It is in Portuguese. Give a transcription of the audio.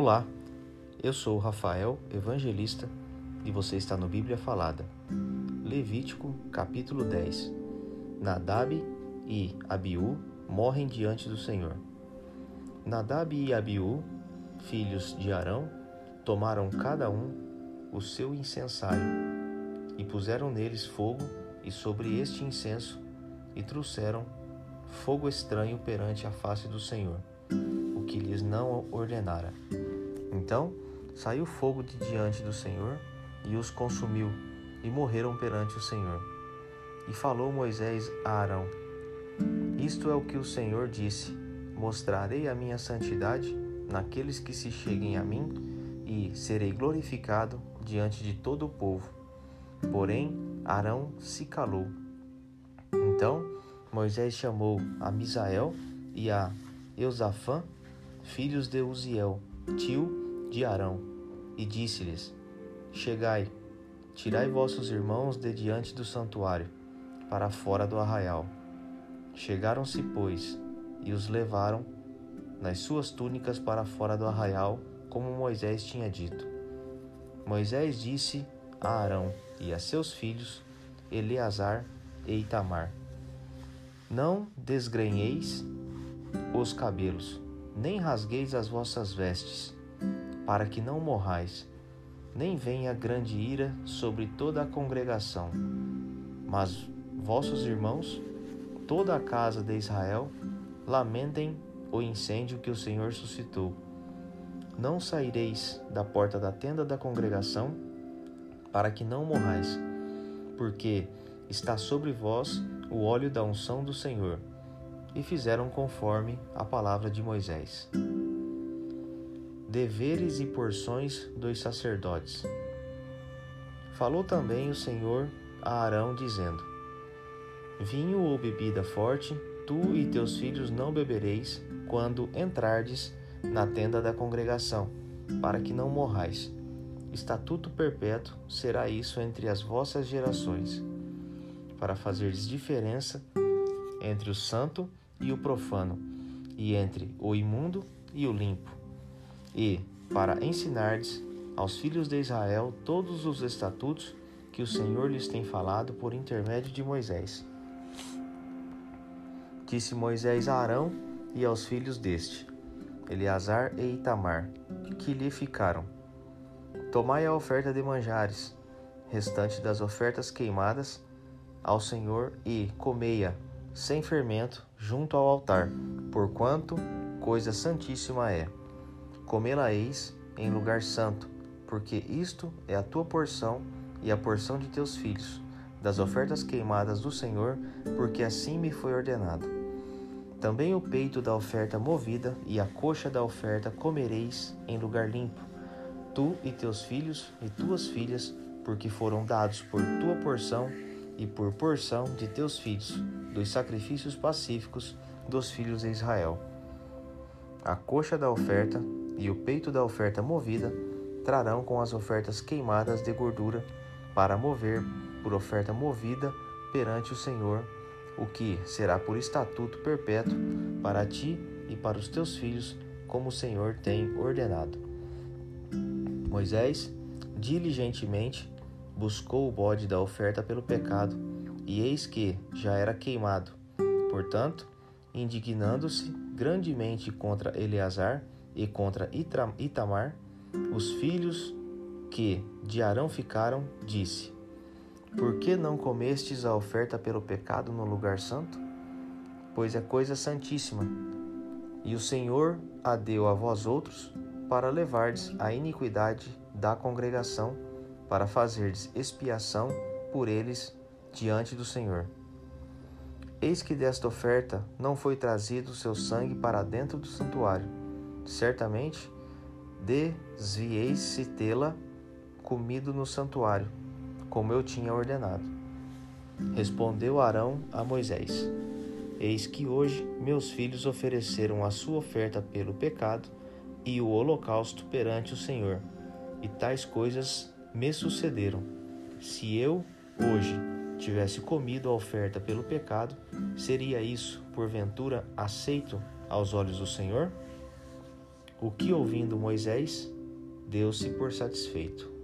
Olá, eu sou o Rafael, evangelista, e você está no Bíblia Falada. Levítico, capítulo 10. Nadab e Abiú morrem diante do Senhor. Nadab e Abiú, filhos de Arão, tomaram cada um o seu incensário e puseram neles fogo e sobre este incenso e trouxeram fogo estranho perante a face do Senhor, o que lhes não ordenara. Então saiu fogo de diante do Senhor e os consumiu, e morreram perante o Senhor. E falou Moisés a Arão: Isto é o que o Senhor disse: Mostrarei a minha santidade naqueles que se cheguem a mim, e serei glorificado diante de todo o povo. Porém, Arão se calou. Então Moisés chamou a Misael e a Eusafã, filhos de Uziel, tio de Arão, e disse-lhes: Chegai, tirai vossos irmãos de diante do santuário, para fora do arraial. Chegaram-se, pois, e os levaram nas suas túnicas para fora do arraial, como Moisés tinha dito. Moisés disse a Arão e a seus filhos, Eleazar e Itamar: Não desgrenheis os cabelos, nem rasgueis as vossas vestes, para que não morrais, nem venha grande ira sobre toda a congregação. Mas vossos irmãos, toda a casa de Israel, lamentem o incêndio que o Senhor suscitou. Não saireis da porta da tenda da congregação, para que não morrais, porque está sobre vós o óleo da unção do Senhor. E fizeram conforme a palavra de Moisés. Deveres e porções dos sacerdotes. Falou também o Senhor a Arão, dizendo: Vinho ou bebida forte, tu e teus filhos não bebereis quando entrardes na tenda da congregação, para que não morrais. Estatuto perpétuo será isso entre as vossas gerações, para fazeres diferença entre o santo e o profano, e entre o imundo e o limpo, e para ensinardes aos filhos de Israel todos os estatutos que o Senhor lhes tem falado por intermédio de Moisés. Disse Moisés a Arão e aos filhos deste, Eleazar e Itamar, que lhe ficaram: Tomai a oferta de manjares, restante das ofertas queimadas ao Senhor, e comei-a sem fermento junto ao altar, porquanto coisa santíssima é. Comê-la-eis em lugar santo, porque isto é a tua porção e a porção de teus filhos, das ofertas queimadas do Senhor, porque assim me foi ordenado. Também o peito da oferta movida e a coxa da oferta comereis em lugar limpo, tu e teus filhos e tuas filhas, porque foram dados por tua porção e por porção de teus filhos, dos sacrifícios pacíficos dos filhos de Israel. A coxa da oferta e o peito da oferta movida trarão com as ofertas queimadas de gordura, para mover por oferta movida perante o Senhor, o que será por estatuto perpétuo para ti e para os teus filhos, como o Senhor tem ordenado. Moisés diligentemente buscou o bode da oferta pelo pecado, e eis que já era queimado. Portanto, indignando-se grandemente contra Eleazar e contra Itamar, os filhos que de Arão ficaram, disse: Por que não comestes a oferta pelo pecado no lugar santo? Pois é coisa santíssima, e o Senhor a deu a vós outros, para levardes a iniquidade da congregação, para fazerdes expiação por eles diante do Senhor. Eis que desta oferta não foi trazido o seu sangue para dentro do santuário. Certamente desvieis-se tê-la comido no santuário, como eu tinha ordenado. Respondeu Arão a Moisés: Eis que hoje meus filhos ofereceram a sua oferta pelo pecado e o holocausto perante o Senhor, e tais coisas me sucederam. Se eu, hoje, tivesse comido a oferta pelo pecado, seria isso, porventura, aceito aos olhos do Senhor? o que ouvindo Moisés, deu-se por satisfeito.